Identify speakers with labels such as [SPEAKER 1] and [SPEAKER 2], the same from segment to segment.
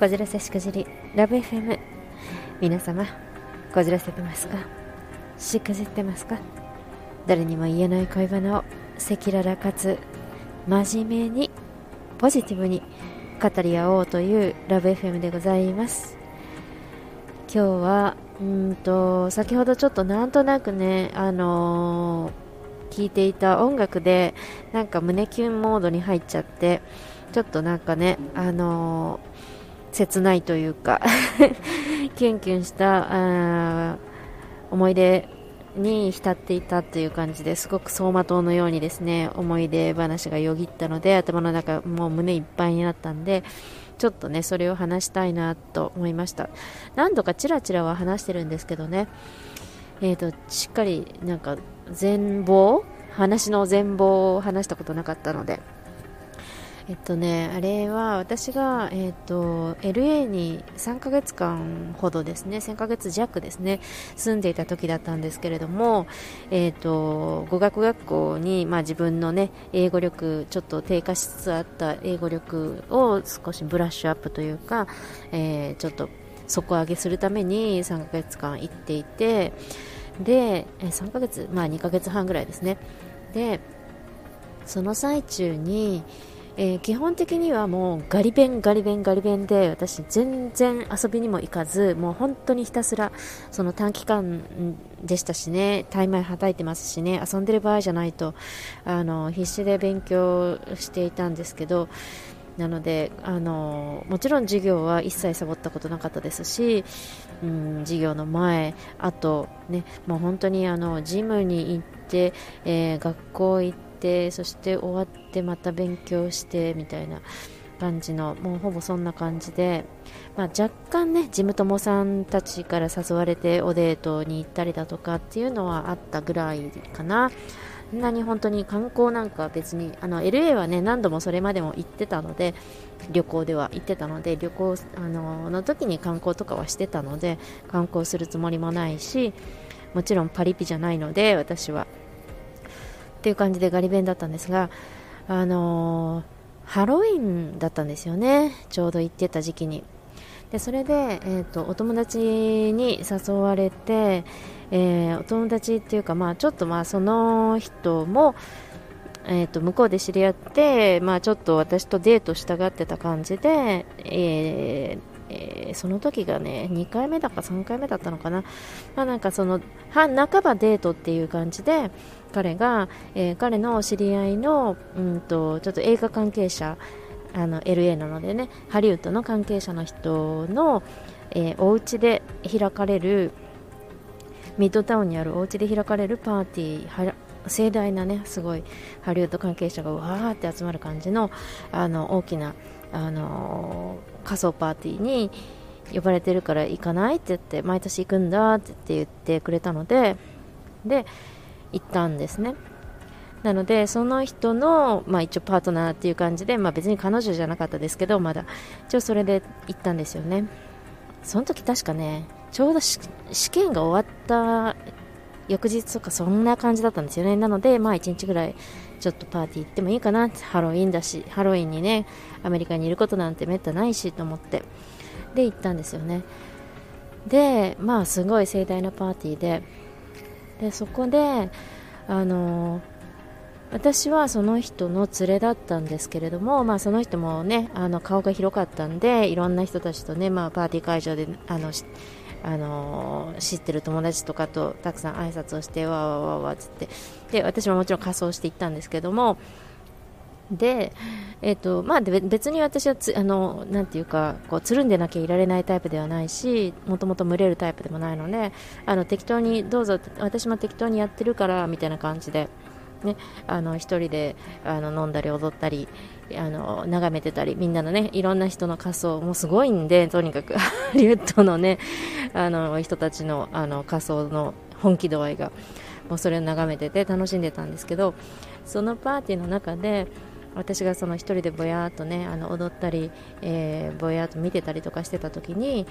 [SPEAKER 1] こじらせしくじりラブ FM、 皆様こじらせてますか？しくじってますか？誰にも言えない恋バナを赤裸々かつ真面目にポジティブに語り合おうというラブ FM でございます。今日は先ほどちょっとなんとなくね聴いていた音楽でなんか胸キュンモードに入っちゃって、ちょっとなんかね切ないというかキュンキュンした思い出に浸っていたという感じで、すごく走馬灯のようにですね思い出話がよぎったので、頭の中もう胸いっぱいになったんで、ちょっとねそれを話したいなと思いました。何度かチラチラは話してるんですけどね、しっかりなんか話の全貌を話したことなかったので、あれは私が、LA に3ヶ月間ほどですね、3ヶ月弱ですね、住んでいた時だったんですけれども、語学学校に、自分のね、英語力、ちょっと低下しつつあった英語力を少しブラッシュアップというか、ちょっと底上げするために3ヶ月間行っていて、で、3ヶ月、2ヶ月半ぐらいですね。で、その最中に、基本的にはもうガリ勉で、私全然遊びにも行かず、もう本当にひたすらその短期間でしたしね、タイマイはたいてますしね、遊んでる場合じゃないと必死で勉強していたんですけど、なのでもちろん授業は一切サボったことなかったですし、授業の前、あとね、もう本当にジムに行って、学校行って、そして終わってまた勉強してみたいな感じの、もうほぼそんな感じで、若干ねジム友さんたちから誘われておデートに行ったりだとかっていうのはあったぐらいかな。そんなに本当に観光なんか別にLA はね何度もそれまでも行ってたので、旅行では行ってたので、旅行の時に観光とかはしてたので、観光するつもりもないし、もちろんパリピじゃないので私はっていう感じでガリ勉だったんですが、ハロウィンだったんですよね、ちょうど行ってた時期に。でそれで、お友達に誘われて、お友達っていうか、ちょっとその人も、向こうで知り合って、ちょっと私とデートしたがってた感じで、その時がね2回目だか3回目だったのかな、なんかその半ばデートっていう感じで、彼が、彼の知り合いのちょっと映画関係者、LA なのでね、ハリウッドの関係者の人の、お家で開かれる、ミッドタウンにあるお家で開かれるパーティー、盛大なね、すごいハリウッド関係者がわーって集まる感じの大きな仮装パーティーに呼ばれてるから行かないって言って、毎年行くんだって言ってくれたので、行ったんですね。なのでその人の、一応パートナーっていう感じで、別に彼女じゃなかったですけど、まだ一応それで行ったんですよね。その時確かね、ちょうど試験が終わった翌日とかそんな感じだったんですよね。なので1日ぐらいちょっとパーティー行ってもいいかなって、ハロウィンだし、ハロウィンにねアメリカにいることなんてめったないしと思って、で行ったんですよね。で、すごい盛大なパーティーで、そこで私はその人の連れだったんですけれども、その人もね顔が広かったんで、いろんな人たちとね、パーティー会場で知ってる友達とかとたくさん挨拶をして、わーわーわーわーつって、で私ももちろん仮装して行ったんですけども、で、別に私はなんていうか、こうつるんでなきゃいられないタイプではないし、もともと群れるタイプでもないので、適当にどうぞ、私も適当にやってるからみたいな感じでね、一人で飲んだり踊ったり眺めてたり、みんなのねいろんな人の仮装もすごいんで、とにかくハリウッドのね人たちの仮装の本気度合いが、もうそれを眺めてて楽しんでたんですけど、そのパーティーの中で私がその一人でぼやーっとね踊ったり、ぼやーっと見てたりとかしてた時に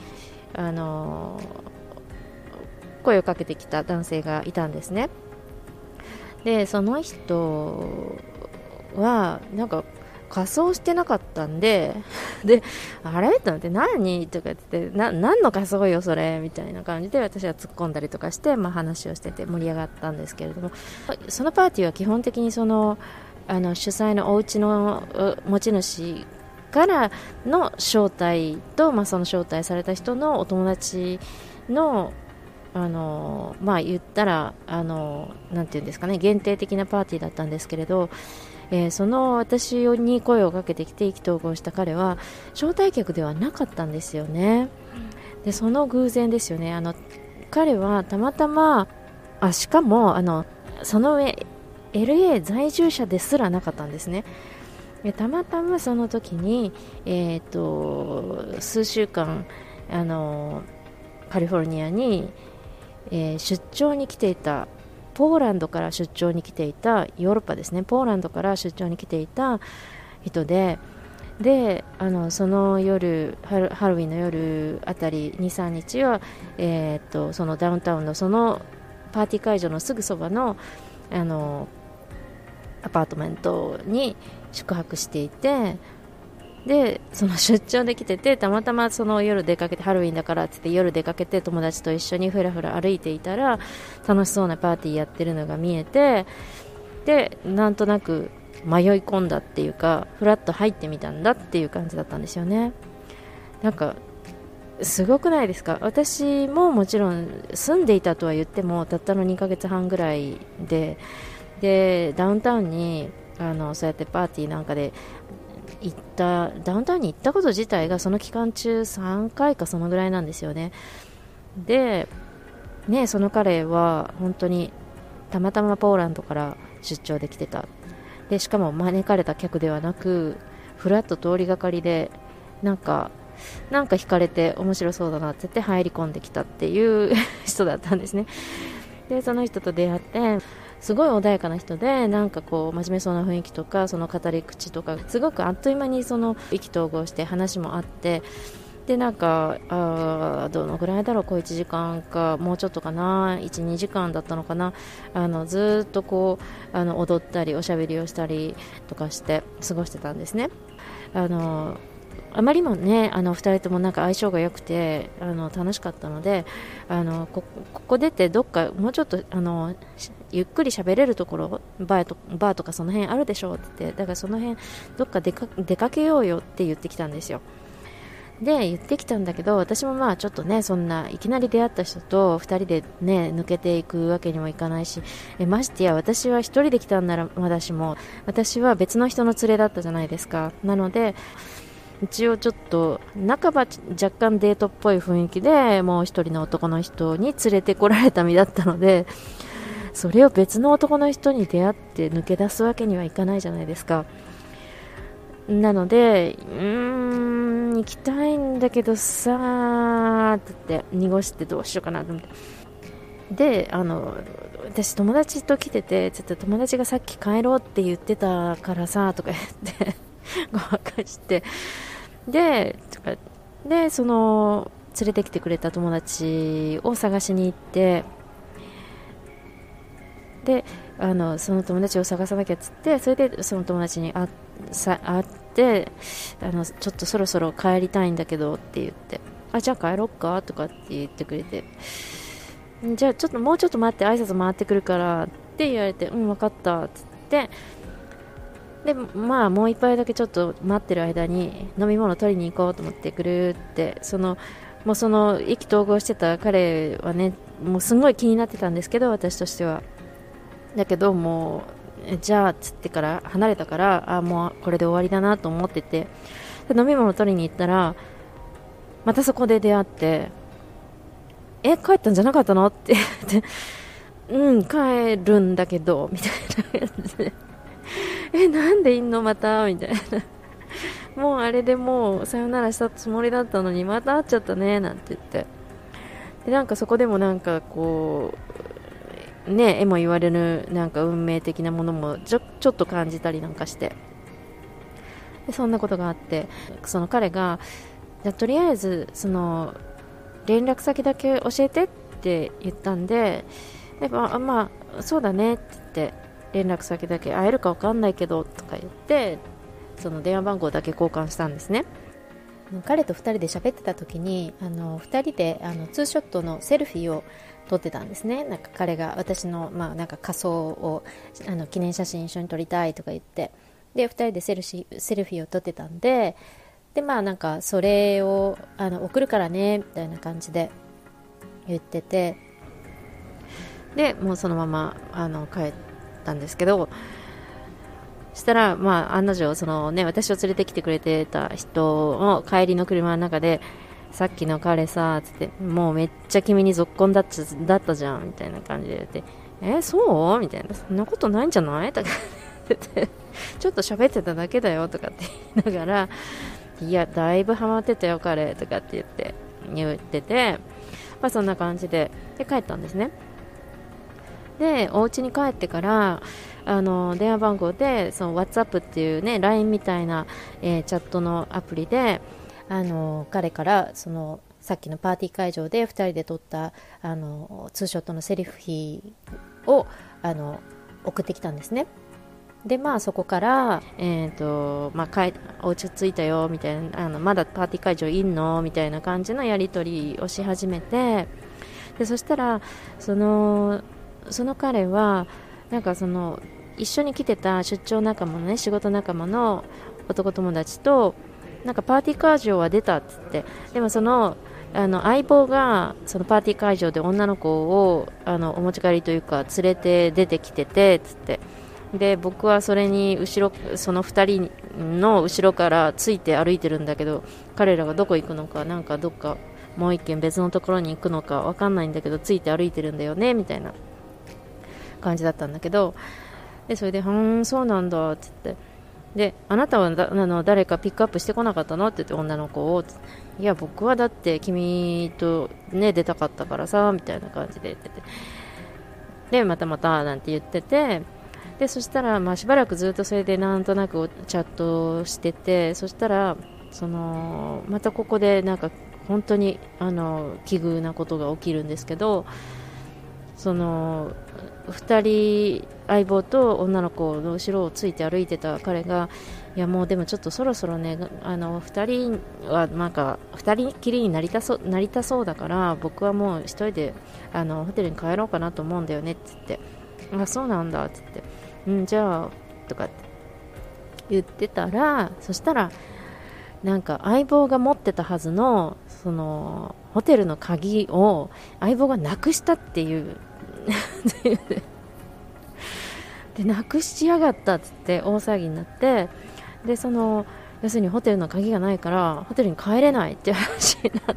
[SPEAKER 1] 声をかけてきた男性がいたんですね。でその人はなんか仮装してなかったんでで、あれと思って、何とか言って何の仮装よそれみたいな感じで私は突っ込んだりとかして、話をしてて盛り上がったんですけれども、そのパーティーは基本的に主催のお家の持ち主からの招待と、その招待された人のお友達の言ったらなんていうんですかね、限定的なパーティーだったんですけれど、その私に声をかけてきて意気投合した彼は招待客ではなかったんですよね。でその偶然ですよね。彼はたまたましかもその上 LA 在住者ですらなかったんですね。でたまたまその時に、数週間カリフォルニアに、出張に来ていた、ポーランドから出張に来ていた、ヨーロッパですね、ポーランドから出張に来ていた人で、その夜ハロウィンの夜あたり 2,3 日は、そのダウンタウンのそのパーティー会場のすぐそばのアパートメントに宿泊していて、でその出張で来てて、たまたまその夜出かけて、ハロウィンだからって夜出かけて友達と一緒にふらふら歩いていたら楽しそうなパーティーやってるのが見えて、でなんとなく迷い込んだっていうか、ふらっと入ってみたんだっていう感じだったんですよね。なんかすごくないですか。私ももちろん住んでいたとは言ってもたったの2ヶ月半ぐらいでダウンタウンにそうやってパーティーなんかでダウンタウンに行ったこと自体がその期間中3回かそのぐらいなんですよね。でね、その彼は本当にたまたまポーランドから出張で来てた。でしかも招かれた客ではなく、ふらっと通りがかりでなんか惹かれて面白そうだなって言って入り込んできたっていう人だったんですね。でその人と出会って、すごい穏やかな人で、なんかこう真面目そうな雰囲気とか、その語り口とかすごくあっという間にその意気投合して話もあって、でなんかどのぐらいだろう、こう1時間かもうちょっとかな、 1,2 時間だったのかな、ずっとこう踊ったりおしゃべりをしたりとかして過ごしてたんですね。あまりもね2人ともなんか相性が良くて楽しかったので、ここ出てどっかもうちょっとゆっくり喋れるところ、バーとかその辺あるでしょうって言って、だからその辺どっか出かけようよって言ってきたんですよ。で言ってきたんだけど、私もちょっとね、そんないきなり出会った人と2人でね抜けていくわけにもいかないし、ましてや私は1人で来たんならまだしも、私は別の人の連れだったじゃないですか。なので一応ちょっと半ば若干デートっぽい雰囲気でもう一人の男の人に連れてこられた身だったので、それを別の男の人に出会って抜け出すわけにはいかないじゃないですか。なので行きたいんだけどさーって言って濁してどうしようかなと思って、で私友達と来てて、ちょっと友達がさっき帰ろうって言ってたからさとか言ってごまかして、でその連れてきてくれた友達を探しに行って、でその友達を探さなきゃっつって、それでその友達に会ってちょっとそろそろ帰りたいんだけどって言って、じゃあ帰ろっかとかって言ってくれて、じゃあもうちょっと待って、挨拶回ってくるからって言われて、分かったっつって、でもう一杯だけちょっと待ってる間に飲み物取りに行こうと思ってぐるーって、もうその意気投合してた彼はね、もうすごい気になってたんですけど、私としては。だけどもうじゃあっつってから離れたから、もうこれで終わりだなと思ってて、で飲み物取りに行ったらまたそこで出会って、帰ったんじゃなかったのって言って帰るんだけどみたいなやつでなんでいんのまたみたいなもうあれでもうさよならしたつもりだったのにまた会っちゃったねなんて言って、でなんかそこでもなんかこうね、絵も言われるなんか運命的なものもちょっと感じたりなんかして、でそんなことがあって、その彼がじゃとりあえずその連絡先だけ教えてって言ったんで、そうだねって言って、連絡先だけ会えるか分かんないけどとか言ってその電話番号だけ交換したんですね。彼と2人で喋ってた時に2人でツーショットのセルフィーを撮ってたんですね。なんか彼が私の、なんか仮装を記念写真一緒に撮りたいとか言って、で2人でセルフィーを撮ってたんで、なんかそれを送るからねみたいな感じで言ってて、でもうそのまま帰ったんですけど、したら、案の定その、私を連れてきてくれてた人も帰りの車の中で、さっきの彼さつって、もうめっちゃ君にぞっこんだったじゃんみたいな感じで言って、そうみたいな、そんなことないんじゃないとか言ってちょっと喋ってただけだよとかって言いながら、いやだいぶハマってたよ彼とかって言ってて、そんな感じで帰ったんですね。でお家に帰ってから電話番号でその WhatsApp っていうね LINE みたいな、チャットのアプリで彼からそのさっきのパーティー会場で2人で撮ったツーショットのセリフィーを送ってきたんですね。でそこから、お家着いたよみたいな、まだパーティー会場いんのみたいな感じのやり取りをし始めて、でそしたらその彼はなんかその一緒に来てた出張仲間のね、仕事仲間の男友達となんかパーティー会場は出たって言って、でもその相棒がそのパーティー会場で女の子をお持ち帰りというか連れて出てきててつって、で僕はそれにその2人の後ろからついて歩いてるんだけど、彼らがどこ行くのか、なんかどっかもう一軒別のところに行くのか分かんないんだけどついて歩いてるんだよねみたいな感じだったんだけど、でそれでそうなんだって言って、であなたは誰かピックアップしてこなかったのって言って、女の子を、いや僕はだって君とね出たかったからさみたいな感じで言ってて、でまたなんて言ってて、でそしたらしばらくずっとそれでなんとなくチャットしてて、そしたらまたここでなんか本当に奇遇なことが起きるんですけど、その2人相棒と女の子の後ろをついて歩いてた彼が、いやもうでもちょっとそろそろね2人はなんか2人きりになりたそうだから、僕はもう1人でホテルに帰ろうかなと思うんだよねって言って、あそうなんだって言って、じゃあとかって言ってたら、そしたらなんか相棒が持ってたはずのそのホテルの鍵を相棒がなくしたっていうでなくしやがったっつって大騒ぎになって、で要するにホテルの鍵がないからホテルに帰れないっていう話になって、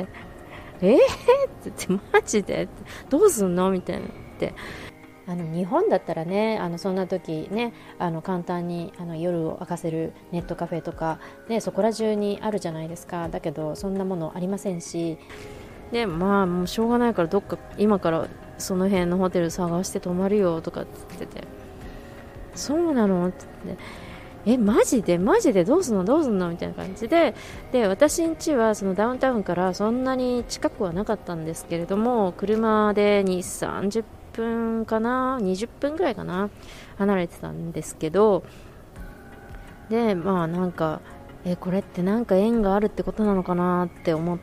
[SPEAKER 1] って言ってマジでどうすんのみたいなって、日本だったらねそんな時ね簡単に夜を明かせるネットカフェとか、ね、そこら中にあるじゃないですか。だけどそんなものありませんし、でもうしょうがないからどっか今からその辺のホテル探して泊まるよとかって言ってて、そうなのって言って、マジでどうすんのみたいな感じで、私ん家はそのダウンタウンからそんなに近くはなかったんですけれども、車で2、30分かな、20分ぐらいかな離れてたんですけど、でなんかこれってなんか縁があるってことなのかなって思って、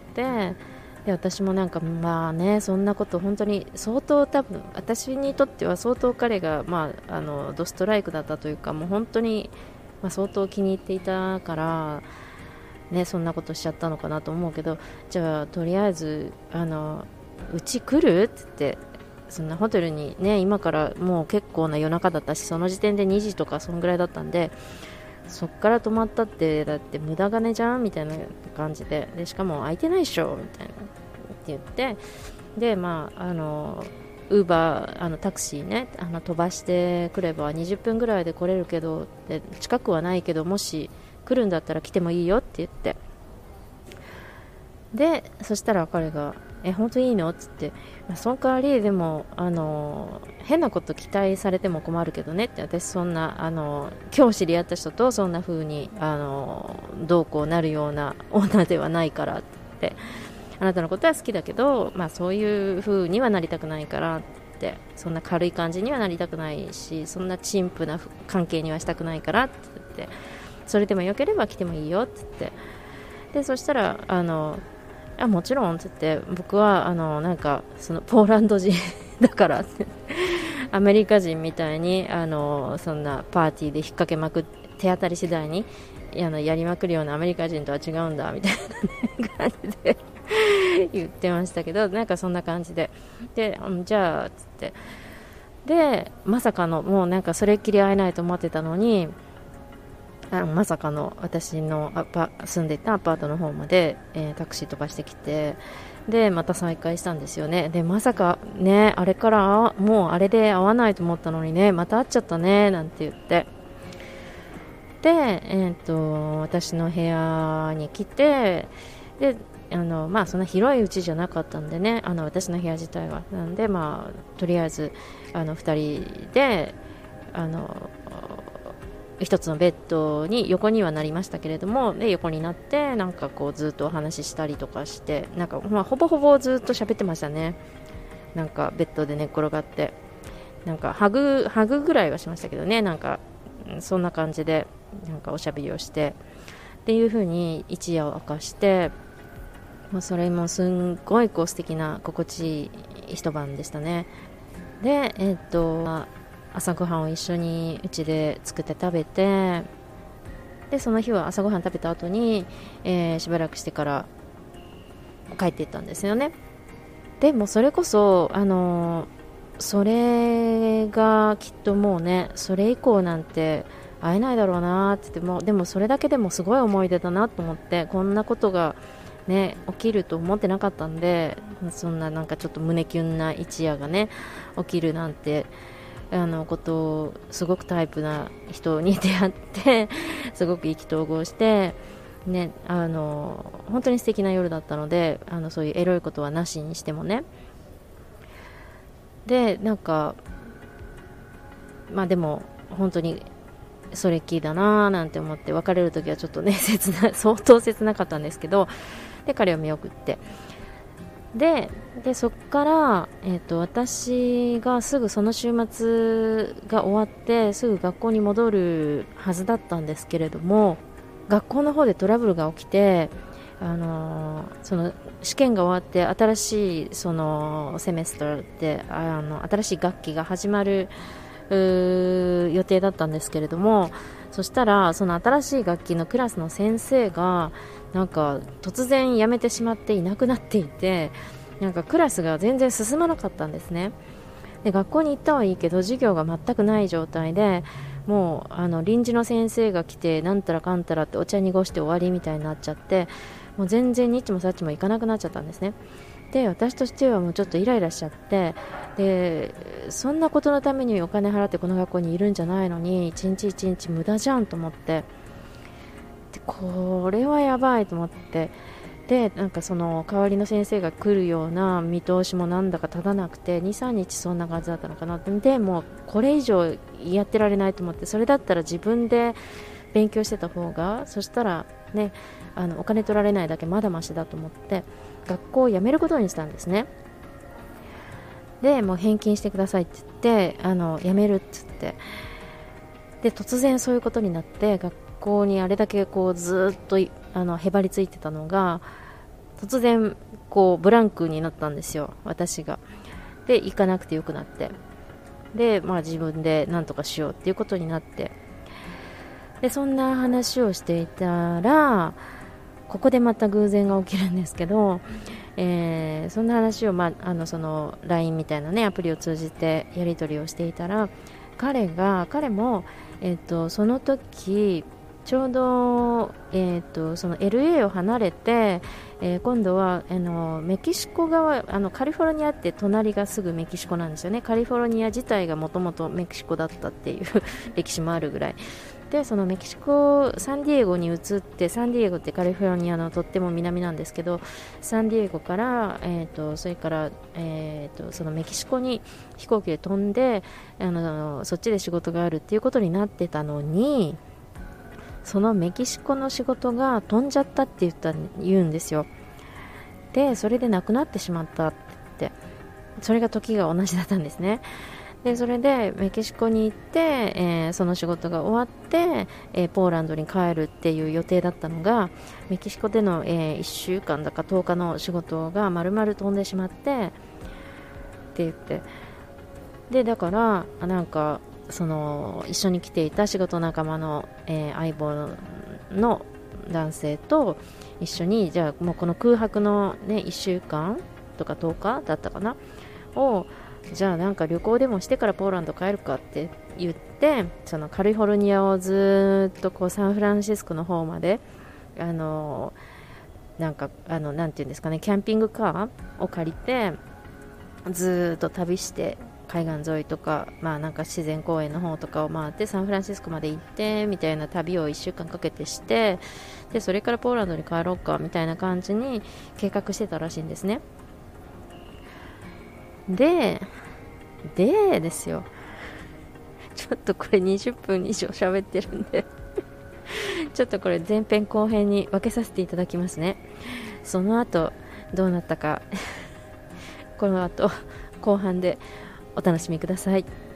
[SPEAKER 1] で私もなんかそんなこと本当に相当多分私にとっては相当彼がドストライクだったというか、もう本当に相当気に入っていたからね、そんなことしちゃったのかなと思うけど、じゃあとりあえずうち来るって言って、そんなホテルにね今からもう結構な夜中だったし、その時点で2時とかそんぐらいだったんで、そっから泊まったってだって無駄金じゃんみたいな感じで、しかも空いてないっしょみたいなって言って、でウーバータクシーね飛ばしてくれば20分ぐらいで来れるけど、で近くはないけどもし来るんだったら来てもいいよって言って、でそしたら彼が本当にいいのって言って、その代わりでも変なこと期待されても困るけどねって、私そんな今日知り合った人とそんな風にどうこうなるような女ではないからって、あなたのことは好きだけど、そういう風にはなりたくないからって、そんな軽い感じにはなりたくないし、そんな陳腐な関係にはしたくないからって言って、 それでもよければ来てもいいよって言って、でそしたらもちろんって言って、僕はなんかそのポーランド人だからってアメリカ人みたいにそんなパーティーで引っ掛けまくって手当たり次第にやりまくるようなアメリカ人とは違うんだみたいな、ね、感じで言ってましたけど、なんかそんな感じで、でじゃあっつって、でまさかのもうなんかそれっきり会えないと思ってたのに、まさかの私の住んでいたアパートの方まで、タクシー飛ばしてきて、でまた再会したんですよね。でまさかね、あれからもうあれで会わないと思ったのにね、また会っちゃったねなんて言って、で、私の部屋に来て、でそんな広い家じゃなかったんでね、私の部屋自体はなんで、とりあえず2人で一つのベッドに横にはなりましたけれども、で横になってなんかこうずっとお話ししたりとかして、なんか、ほぼほぼずっと喋ってましたね。なんかベッドで寝っ転がって、なんかハグぐらいはしましたけどね、なんかそんな感じでなんかおしゃべりをしてっていう風に一夜を明かして、それもすんごいこう素敵な心地いい一晩でしたね。で朝ごはんを一緒にうちで作って食べて、でその日は朝ごはん食べた後に、しばらくしてから帰っていったんですよね。でもそれこそそれがきっともうね、それ以降なんて会えないだろうなって言っても、でもそれだけでもすごい思い出だなと思って、こんなことがね起きると思ってなかったんで、そんななんかちょっと胸キュンな一夜がね起きるなんてことを、すごくタイプな人に出会ってすごく意気投合してね、本当に素敵な夜だったので、そういうエロいことはなしにしてもね。でなんかでも本当にそれっきりだなーなんて思って、別れるときはちょっとね相当切なかったんですけど、で彼を見送って、でそっから、私がすぐその週末が終わってすぐ学校に戻るはずだったんですけれども、学校の方でトラブルが起きて、その試験が終わって新しいそのセメスターで新しい学期が始まる予定だったんですけれども、そしたらその新しい学期のクラスの先生がなんか突然辞めてしまっていなくなっていて、なんかクラスが全然進まなかったんですね。で学校に行ったはいいけど授業が全くない状態で、もう臨時の先生が来てなんたらかんたらってお茶濁して終わりみたいになっちゃって、もう全然ニッチもサッチもいかなくなっちゃったんですね。で私としてはもうちょっとイライラしちゃって、でそんなことのためにお金払ってこの学校にいるんじゃないのに一日一日無駄じゃんと思って、でこれはやばいと思って、でなんかその代わりの先生が来るような見通しもなんだか立たなくて 2,3 日そんな感じだったのかな。でもうこれ以上やってられないと思って、それだったら自分で勉強してた方が、そしたらねお金取られないだけまだマシだと思って学校を辞めることにしたんですね。でもう返金してくださいって言って辞めるって言って、で突然そういうことになって、学校にあれだけこうずっとへばりついてたのが突然こうブランクになったんですよ、私が。で行かなくてよくなって、で自分で何とかしようっていうことになって、でそんな話をしていたらここでまた偶然が起きるんですけど、そんな話を、その LINE みたいな、ね、アプリを通じてやり取りをしていたら、彼も、その時ちょうど、その LA を離れて、今度はメキシコ側、カリフォルニアって隣がすぐメキシコなんですよね。カリフォルニア自体がもともとメキシコだったっていう歴史もあるぐらいで、そのメキシコサンディエゴに移って、サンディエゴってカリフォルニアのとっても南なんですけど、サンディエゴから、それから、そのメキシコに飛行機で飛んでそっちで仕事があるっていうことになってたのに、そのメキシコの仕事が飛んじゃったって言うんですよ。でそれで亡くなってしまったって言って、それが時が同じだったんですね。 でそれでメキシコに行って、その仕事が終わって、ポーランドに帰るっていう予定だったのが、メキシコでの、1週間だか10日の仕事が丸々飛んでしまってって言って、でだからなんかその一緒に来ていた仕事仲間の、相棒の男性と一緒に、じゃあもうこの空白の、ね、1週間とか10日だったかなを、じゃあなんか旅行でもしてからポーランド帰るかって言って、そのカリフォルニアをずっとこうサンフランシスコの方までなんかなんていうんですかね、キャンピングカーを借りてずっと旅して、海岸沿いとか、なんか自然公園の方とかを回ってサンフランシスコまで行ってみたいな旅を1週間かけてして、でそれからポーランドに帰ろうかみたいな感じに計画してたらしいんですね。でですよ、ちょっとこれ20分以上喋ってるんでちょっとこれ前編後編に分けさせていただきますね。その後どうなったかこの後後半でお楽しみください。